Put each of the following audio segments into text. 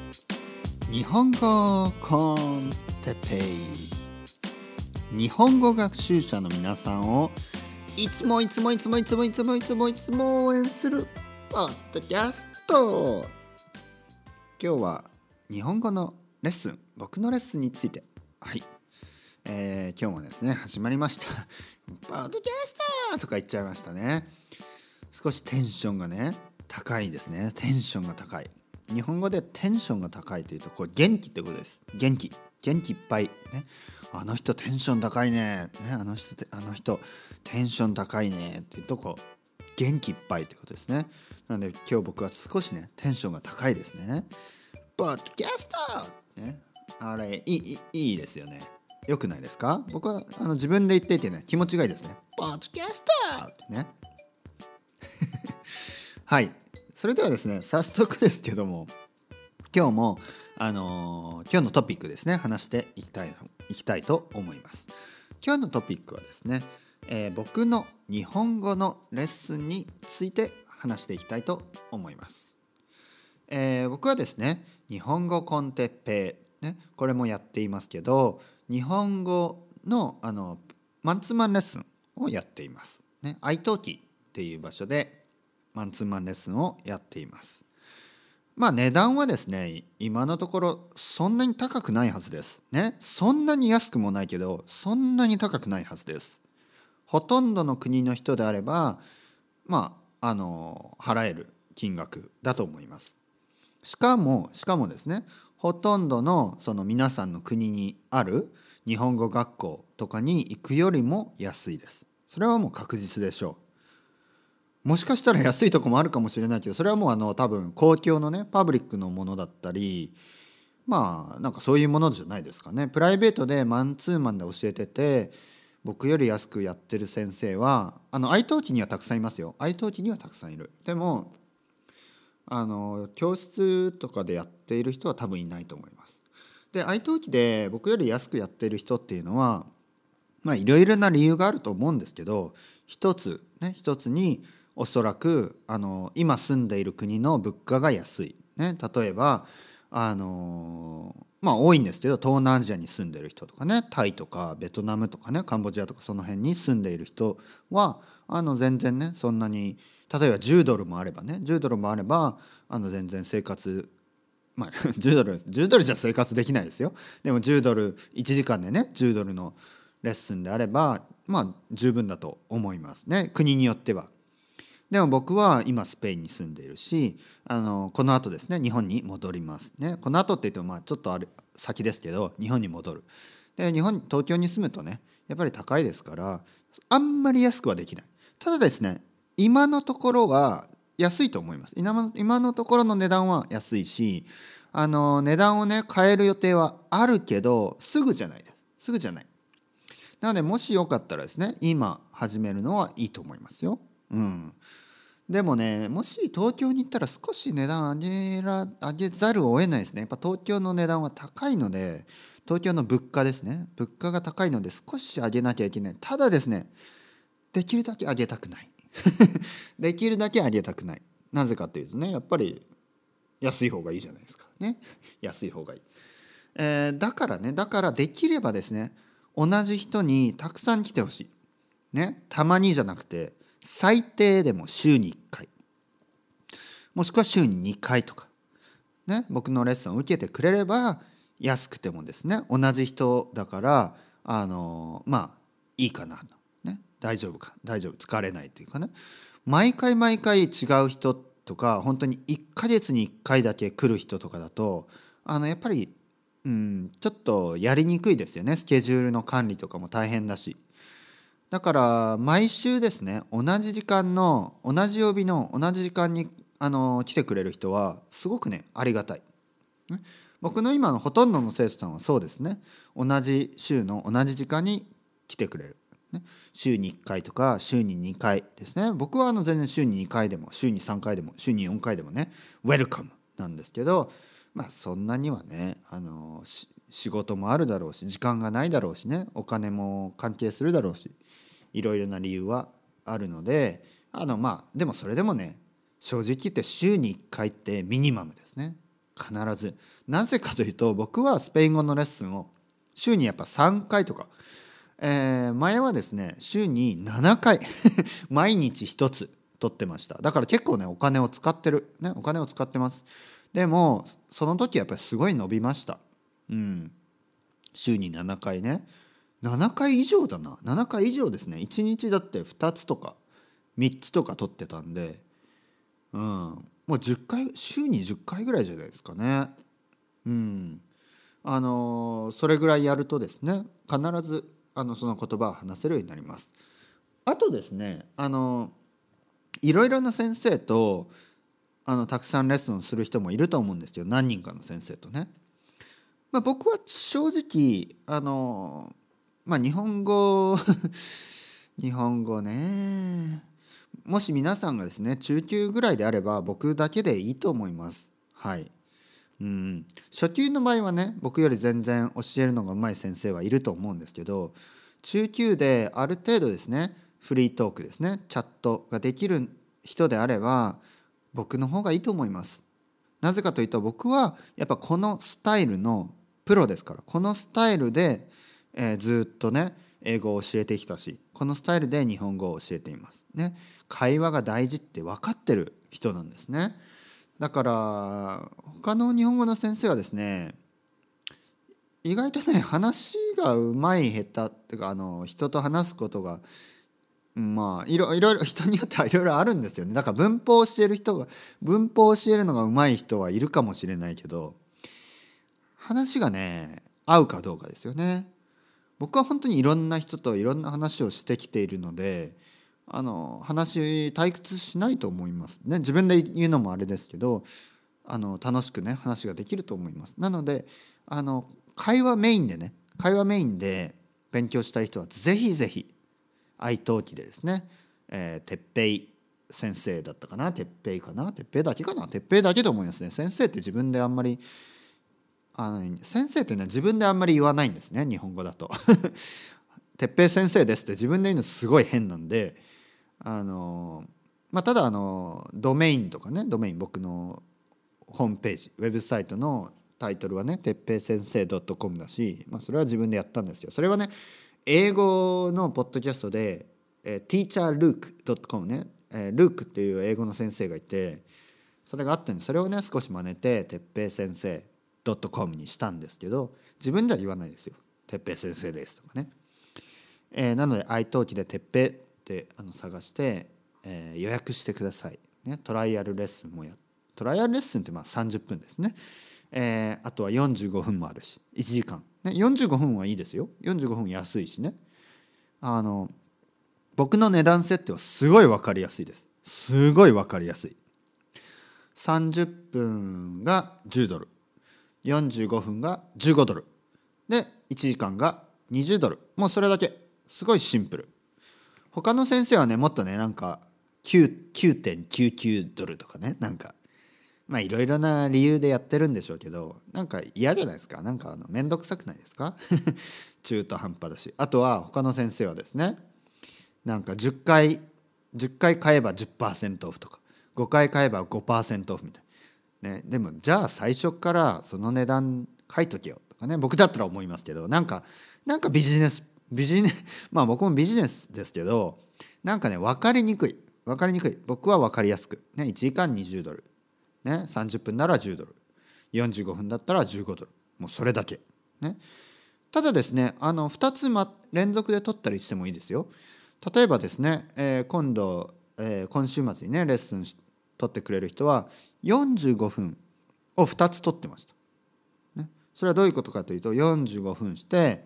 日本語コンテッペイ、日本語学習者の皆さんをいつも応援するポッドキャスト。今日は日本語のレッスン、僕のレッスンについて、今日もですね始まりましたポッドキャストとか言っちゃいましたね。少しテンションがね高いですね。テンションが高い。日本語でテンションが高いというと、これ元気ってことです。元気いっぱい、ね、あの人テンション高いね、あの人テンション高いねっていうと、こう元気いっぱいってことですね。なので今日僕は少しねテンションが高いですね。ポッドキャスト、ね、あれいいですよね。よくないですか？僕は自分で言っていてね気持ちがいいですね。ポッドキャストってねはい、それではですね早速ですけども、今日も今日のトピックですね話していきたいと思います。今日のトピックはですね、僕の日本語のレッスンについて話していきたいと思います。僕はですね日本語コンテッペイ、ね、これもやっていますけど、日本語のマンツーマンレッスンをやっています、ね、italki っていう場所でマンツーマンレッスンをやっています。値段はですね今のところそんなに高くないはずですね。そんなに安くもないけどそんなに高くないはずです。ほとんどの国の人であれば払える金額だと思います。しかもですね、ほとんどのその皆さんの国にある日本語学校とかに行くよりも安いです。それはもう確実でしょう。もしかしたら安いとこもあるかもしれないけど、それはもう多分公共のねパブリックのものだったり、なんかそういうものじゃないですかね。プライベートでマンツーマンで教えてて僕より安くやってる先生はitalkiにはたくさんいますよ。italkiにはたくさんいる。でも教室とかでやっている人は多分いないと思います。でitalkiで僕より安くやっている人っていうのはいろいろな理由があると思うんですけど、一つにおそらく今住んでいる国の物価が安い、ね、例えば多いんですけど東南アジアに住んでいる人とかね、タイとかベトナムとかね、カンボジアとかその辺に住んでいる人は全然ねそんなに、例えば10ドルもあれば全然生活10ドルじゃ生活できないですよ。でも10ドル1時間でね10ドルのレッスンであれば十分だと思いますね、国によっては。でも僕は今スペインに住んでいるし、この後ですね日本に戻りますね。この後って言ってもちょっと先ですけど日本に戻る。で東京に住むとねやっぱり高いですからあんまり安くはできない。ただですね今のところは安いと思います。今のところの値段は安いし、値段をね変える予定はあるけどすぐじゃない。なのでもしよかったらですね今始めるのはいいと思いますよ。でもねもし東京に行ったら少し値段上げざるを得ないですね。やっぱ東京の値段は高いので、東京の物価ですね、物価が高いので少し上げなきゃいけない。ただですねできるだけ上げたくないできるだけ上げたくない。なぜかというとねやっぱり安い方がいいじゃないですかね。安い方がいい、だからできればですね同じ人にたくさん来てほしいね。たまにじゃなくて最低でも週に1回もしくは週に2回とかね、僕のレッスンを受けてくれれば安くてもですね同じ人だからいいかなと、ね、大丈夫疲れないというかね、毎回違う人とか本当に1ヶ月に1回だけ来る人とかだとやっぱりちょっとやりにくいですよね。スケジュールの管理とかも大変だし。だから毎週ですね同じ時間の同じ曜日の同じ時間に来てくれる人はすごくねありがたい。僕の今のほとんどの生徒さんはそうですね。同じ週の同じ時間に来てくれる、ね、週に1回とか週に2回ですね。僕は全然週に2回でも週に3回でも週に4回でもねウェルカムなんですけど、そんなにはね仕事もあるだろうし時間がないだろうしね、お金も関係するだろうし、いろいろな理由はあるのででもそれでもね正直言って週に1回ってミニマムですね。 必ず。なぜかというと僕はスペイン語のレッスンを週にやっぱ3回とか、前はですね週に7回毎日1つ取ってました。だから結構ねお金を使ってる、ね、お金を使ってます。でもその時はやっぱりすごい伸びました。週に7回ね、7回以上だな、7回以上ですね。1日だって2つとか3つとか取ってたんで、もう10回、週に10回ぐらいじゃないですかね。それぐらいやるとですね必ずその言葉を話せるようになります。あとですねいろいろな先生とたくさんレッスンをする人もいると思うんですよ、何人かの先生とね。僕は正直日本語日本語ね、もし皆さんがですね中級ぐらいであれば僕だけでいいと思います。はい。初級の場合はね僕より全然教えるのが上手い先生はいると思うんですけど、中級である程度ですねフリートークですね、チャットができる人であれば僕の方がいいと思います。なぜかというと僕はやっぱこのスタイルのプロですから、このスタイルで、ずっとね英語を教えてきたし、このスタイルで日本語を教えていますね。会話が大事って分かってる人なんですね。だから他の日本語の先生はですね意外とね話がうまい下手っていうか人と話すことがいろいろ人によってはいろいろあるんですよね。だから文法を教えるのがうまい人はいるかもしれないけど、話がね合うかどうかですよね。僕は本当にいろんな人といろんな話をしてきているので退屈しないと思いますね。自分で言うのもあれですけど楽しくね話ができると思います。なので会話メインで勉強したい人はぜひぜひ愛登記でですね、鉄平先生だったかな、鉄平だけと思いますね。先生って自分であんまり先生ってね自分であんまり言わないんですね、日本語だと鉄平先生ですって自分で言うのすごい変なんで、ただドメインとかね、僕のホームページウェブサイトのタイトルはね鉄平先生 .com だし、それは自分でやったんですよ。それはね英語のポッドキャストで、teacherluke.com ね、ルークっていう英語の先生がいて、それがあってそれをね少し真似て鉄平先生 .com にしたんですけど、自分じゃ言わないですよ、鉄平先生ですとかね。なので愛登記で鉄平って探して、予約してください、ね、トライアルレッスンって30分ですね。あとは45分もあるし1時間、ね、45分はいいですよ。45分安いしね。僕の値段設定はすごい分かりやすいです。すごい分かりやすい。30分が10ドル、45分が15ドルで1時間が20ドル、もうそれだけ。すごいシンプル。他の先生はねもっとねなんか9.99 ドルとかね、なんかいろいろな理由でやってるんでしょうけど、なんか嫌じゃないですか。なんかめんどくさくないですか中途半端だし。あとは他の先生はですねなんか10回買えば 10% オフとか5回買えば 5% オフみたいな、ね、でもじゃあ最初からその値段書いとけよとかね、僕だったら思いますけど、なんかビジネス僕もビジネスですけどなんかね分かりにくい。僕は分かりやすく、ね、1時間20ドル、ね、30分なら10ドル、45分だったら15ドル、もうそれだけ、ね。ただですね2つ連続で取ったりしてもいいですよ。例えばですね、今週末にねレッスン取ってくれる人は45分を2つ取ってました、ね。それはどういうことかというと45分して、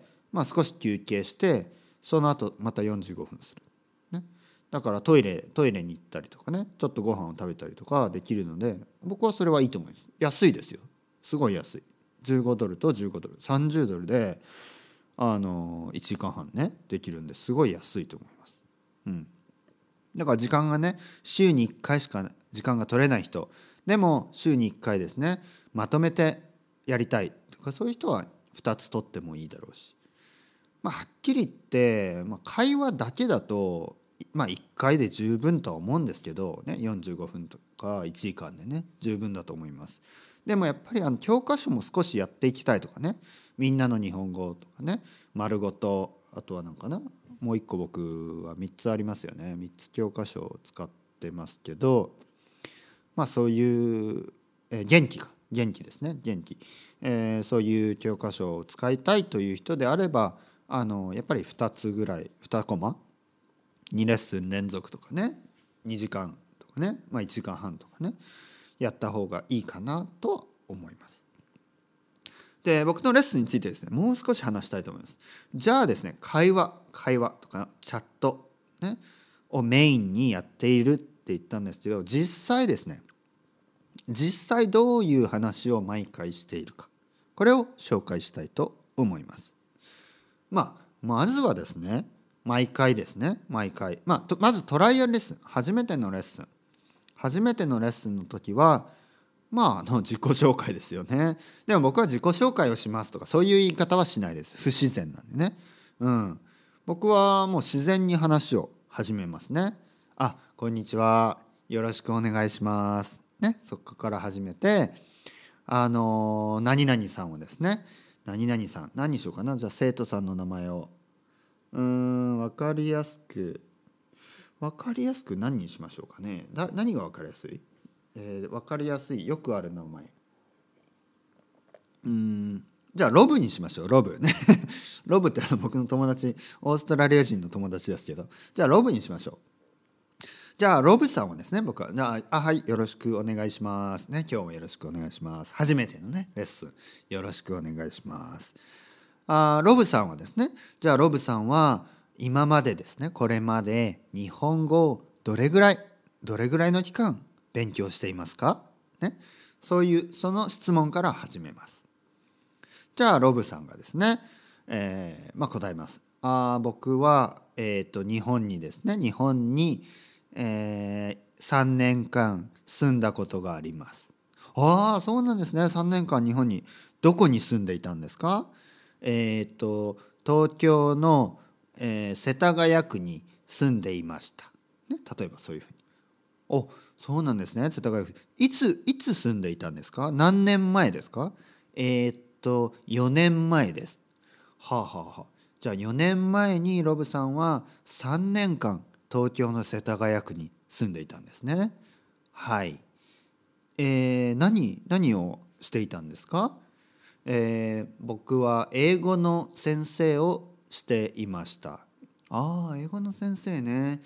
少し休憩してその後また45分する、ね。だからトイレに行ったりとかね、ちょっとご飯を食べたりとかできるので僕はそれはいいと思います。安いですよ、すごい安い。15ドルと15ドル30ドルで1時間半ねできるんですごい安いと思います。だから時間がね週に1回しか時間が取れない人でも週に1回ですねまとめてやりたいとか、そういう人は2つ取ってもいいだろうし、はっきり言って、会話だけだと1回で十分とは思うんですけどね、45分とか1時間でね十分だと思います。 でもやっぱり教科書も少しやっていきたいとかね、みんなの日本語とかね、丸ごと、あとは何かな、もう一個僕は3つありますよね。3つ教科書を使ってますけど、そういう、元気ですね、元気、そういう教科書を使いたいという人であればやっぱり2つぐらい2コマ2レッスン連続とかね、2時間とかね、1時間半とかね、やった方がいいかなと思います。で、僕のレッスンについてですね、もう少し話したいと思います。じゃあですね、会話とかチャット、ね、をメインにやっているって言ったんですけど、実際どういう話を毎回しているか、これを紹介したいと思います。まずはですね、毎回、まずトライアルレッスン、初めてのレッスンの時は自己紹介ですよね。でも僕は自己紹介をしますとかそういう言い方はしないです。不自然なんでね。僕はもう自然に話を始めますね。こんにちは。よろしくお願いします。ね、そこから始めて、何々さんをですね、何々さん、何にしようかな。じゃあ生徒さんの名前を分かりやすく何にしましょうかね。何が分かりやすい？分かりやすいよくある名前。じゃあロブにしましょう。ロブねロブって僕の友達、オーストラリア人の友達ですけど、じゃあロブにしましょう。じゃあロブさんはですね、僕ははい、よろしくお願いしますね。今日もよろしくお願いします。初めてのねレッスンよろしくお願いします。ロブさんはですね、じゃあロブさんは今までですね、これまで日本語をどれぐらいの期間勉強していますかね。そういうその質問から始めます。じゃあロブさんがですね、答えます。僕は、日本に、3年間住んだことがあります。そうなんですね。3年間日本に。どこに住んでいたんですか？東京の、世田谷区に住んでいました、ね、例えばそういうふうに。そうなんですね。世田谷区。いつ住んでいたんですか？何年前ですか？4年前です。じゃあ4年前にロブさんは3年間東京の世田谷区に住んでいたんですね。はい。何をしていたんですか？僕は英語の先生をしていました。英語の先生ね。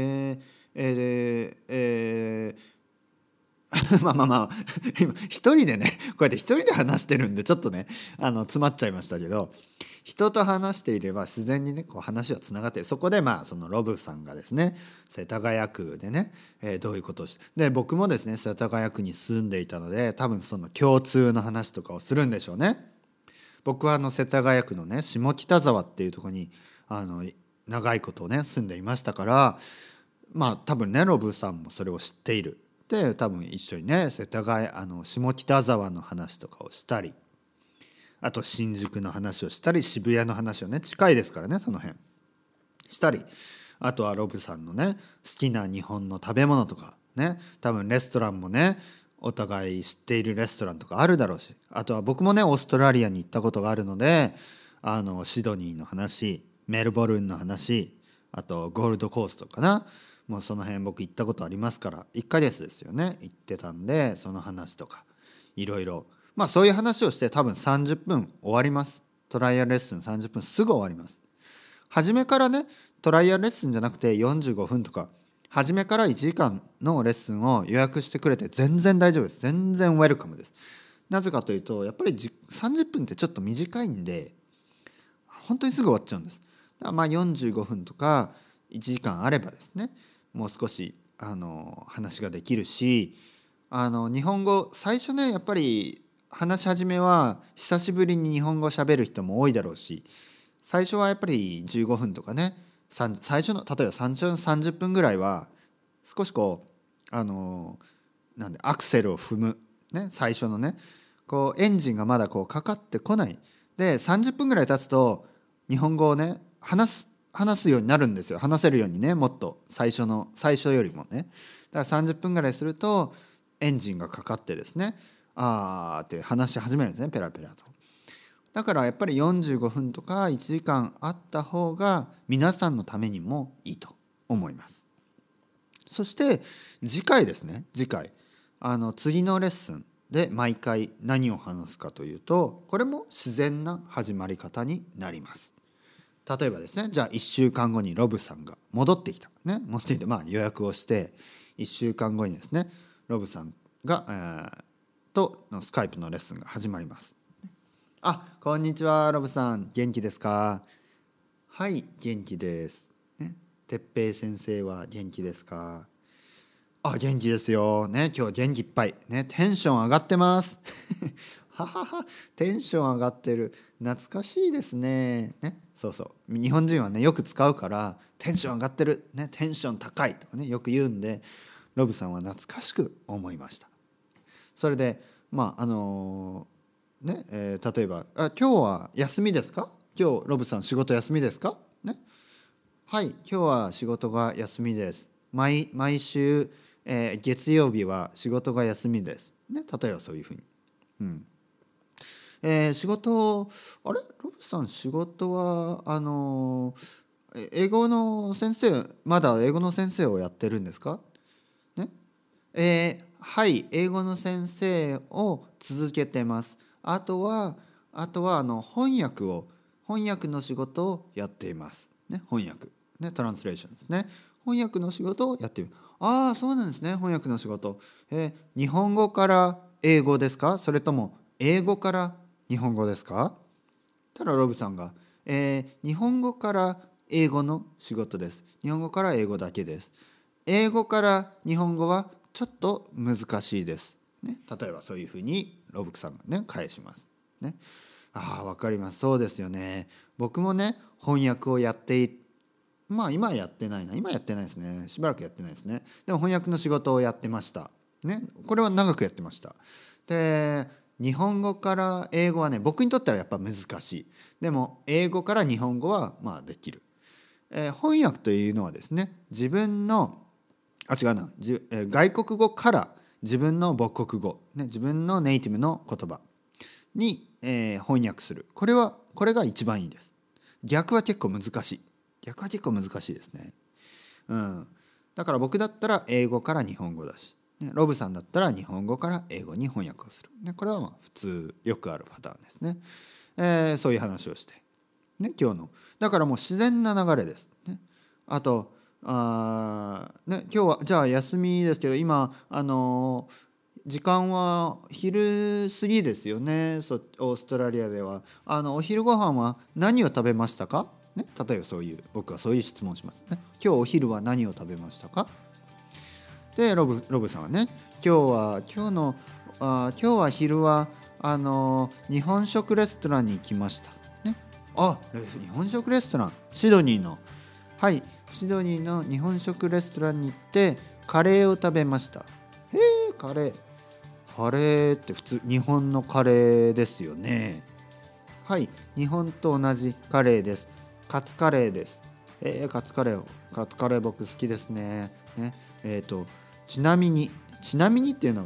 今一人でね、こうやって一人で話してるんでちょっとね詰まっちゃいましたけど、人と話していれば自然にねこう話はつながっている。そこでそのロブさんがですね、世田谷区でね、どういうことをしてで、僕もですね世田谷区に住んでいたので、多分その共通の話とかをするんでしょうね。僕は世田谷区のね下北沢っていうところに長いことね住んでいましたから、多分ねロブさんもそれを知っている。で多分一緒にね下北沢の話とかをしたり、あと新宿の話をしたり、渋谷の話をね、近いですからねその辺したり、あとはロブさんのね好きな日本の食べ物とかね、多分レストランもねお互い知っているレストランとかあるだろうし、あとは僕もねオーストラリアに行ったことがあるのでシドニーの話、メルボルンの話、あとゴールドコーストかな、もうその辺僕行ったことありますから、1ヶ月ですよね行ってたんで、その話とかいろいろそういう話をして多分30分終わります。トライアルレッスン30分すぐ終わります。初めからねトライアルレッスンじゃなくて45分とか、初めから1時間のレッスンを予約してくれて全然大丈夫です。全然ウェルカムです。なぜかというとやっぱり30分ってちょっと短いんで本当にすぐ終わっちゃうんです。だから45分とか1時間あればですね、もう少し話ができるし、日本語最初ねやっぱり話し始めは久しぶりに日本語を喋る人も多いだろうし、最初はやっぱり15分とかね、最初の例えば最初の30分ぐらいは少しこうなんでアクセルを踏む、ね、最初のねこうエンジンがまだこうかかってこないで、30分ぐらい経つと日本語をね話すようになるんですよ。話せるようにね、もっと最初よりもね。だから30分ぐらいするとエンジンがかかってですね、 って話し始めるんですね、ペラペラと。だからやっぱり45分とか1時間あった方が皆さんのためにもいいと思います。そして次回ですね、次のレッスンで毎回何を話すかというと、これも自然な始まり方になります。例えばですね、じゃあ1週間後にロブさんが戻ってきた、ね、戻ってきて、予約をして1週間後にですね、ロブさんが、とのスカイプのレッスンが始まります。こんにちは、ロブさん、元気ですか？はい、元気です。ね、哲平先生は元気ですか？元気ですよ。ね、今日元気いっぱい。ね、テンション上がってます。ははは、テンション上がってる。懐かしいですね。ね、そうそう。日本人はね、よく使うから、テンション上がってる。ね、テンション高いとかね、よく言うんで、ロブさんは懐かしく思いました。それで、例えば今日は休みですか？今日ロブさん仕事休みですか？ね、はい、今日は仕事が休みです。毎週、月曜日は仕事が休みです。ね、例えばそういうふうに。仕事、ロブさん仕事は英語の先生、まだ英語の先生をやってるんですか？ね、はい、英語の先生を続けてます。あとは翻訳の仕事をやっています。ね、翻訳、ね、トランスレーションですね。翻訳の仕事をやっている。そうなんですね、翻訳の仕事。日本語から英語ですか？それとも英語から日本語ですか？ただロブさんが、日本語から英語の仕事です。日本語から英語だけです。英語から日本語はちょっと難しいです。ね、例えばそういうふうにロブさんがね返します。ね、わかります。そうですよね。僕もね翻訳をやって今はやってないな。今やってないですね。しばらくやってないですね。でも翻訳の仕事をやってました。ね、これは長くやってました。で、日本語から英語はね、僕にとってはやっぱ難しい。でも英語から日本語はできる。翻訳というのはですね、自分の違うな、外国語から自分の母国語、ね、自分のネイティブの言葉に、翻訳する。これが一番いいです。逆は結構難しいですね。だから僕だったら英語から日本語だし、ね、ロブさんだったら日本語から英語に翻訳をする。ね、これは普通よくあるパターンですね。そういう話をして、ね、今日のだからもう自然な流れです。ね、あと今日はじゃあ休みですけど、今時間は昼過ぎですよね。オーストラリアではお昼ご飯は何を食べましたか？ね、例えば僕はそういう質問をしますね。今日お昼は何を食べましたか？でロブさんはね、今日は昼は日本食レストランに行きました。ね、日本食レストラン、シドニーの日本食レストランに行ってカレーを食べました。カレーって普通日本のカレーですよね。はい、日本と同じカレーです。カツカレーです。カツカレー僕好きですね。ちなみにっていうのは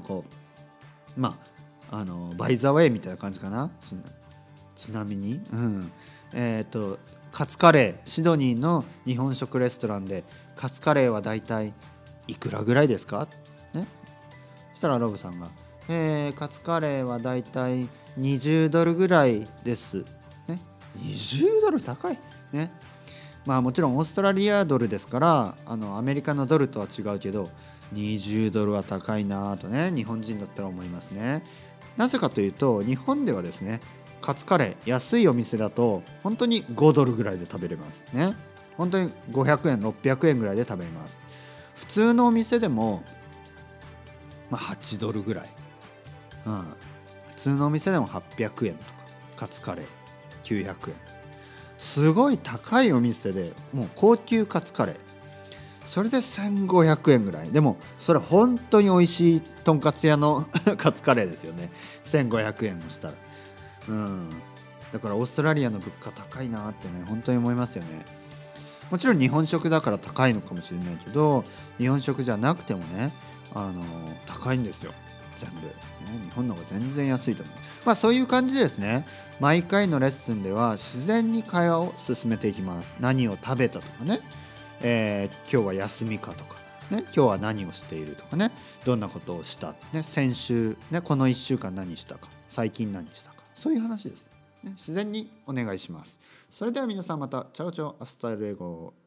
バイザウェイみたいな感じかな。ちなみに、カツカレー、シドニーの日本食レストランでカツカレーはだいたいいくらぐらいですか？ね、そしたらロブさんが、カツカレーはだいたい20ドルぐらいです、ね、20ドル高いね。もちろんオーストラリアドルですから、アメリカのドルとは違うけど20ドルは高いなとね、日本人だったら思いますね。なぜかというと、日本ではですね、カツカレー安いお店だと本当に5ドルぐらいで食べれますね。本当に500円600円ぐらいで食べれます。普通のお店でも、8ドルぐらい、普通のお店でも800円とか、カツカレー900円、すごい高いお店でもう高級カツカレー、それで1500円ぐらい。でもそれ本当に美味しいとんかつ屋のカツカレーですよね。1500円もしたら、だからオーストラリアの物価高いなってね、本当に思いますよね。もちろん日本食だから高いのかもしれないけど、日本食じゃなくてもね、高いんですよ。 全部、ね、日本の方が全然安いと思う。そういう感じでですね、毎回のレッスンでは自然に会話を進めていきます。何を食べたとかね、今日は休みかとかね、今日は何をしているとかね、どんなことをした、ね、先週、ね、この1週間何したか、最近何したか、そういう話です、ね、自然にお願いします。それでは皆さんまたチャオチャオアスタイルエゴ。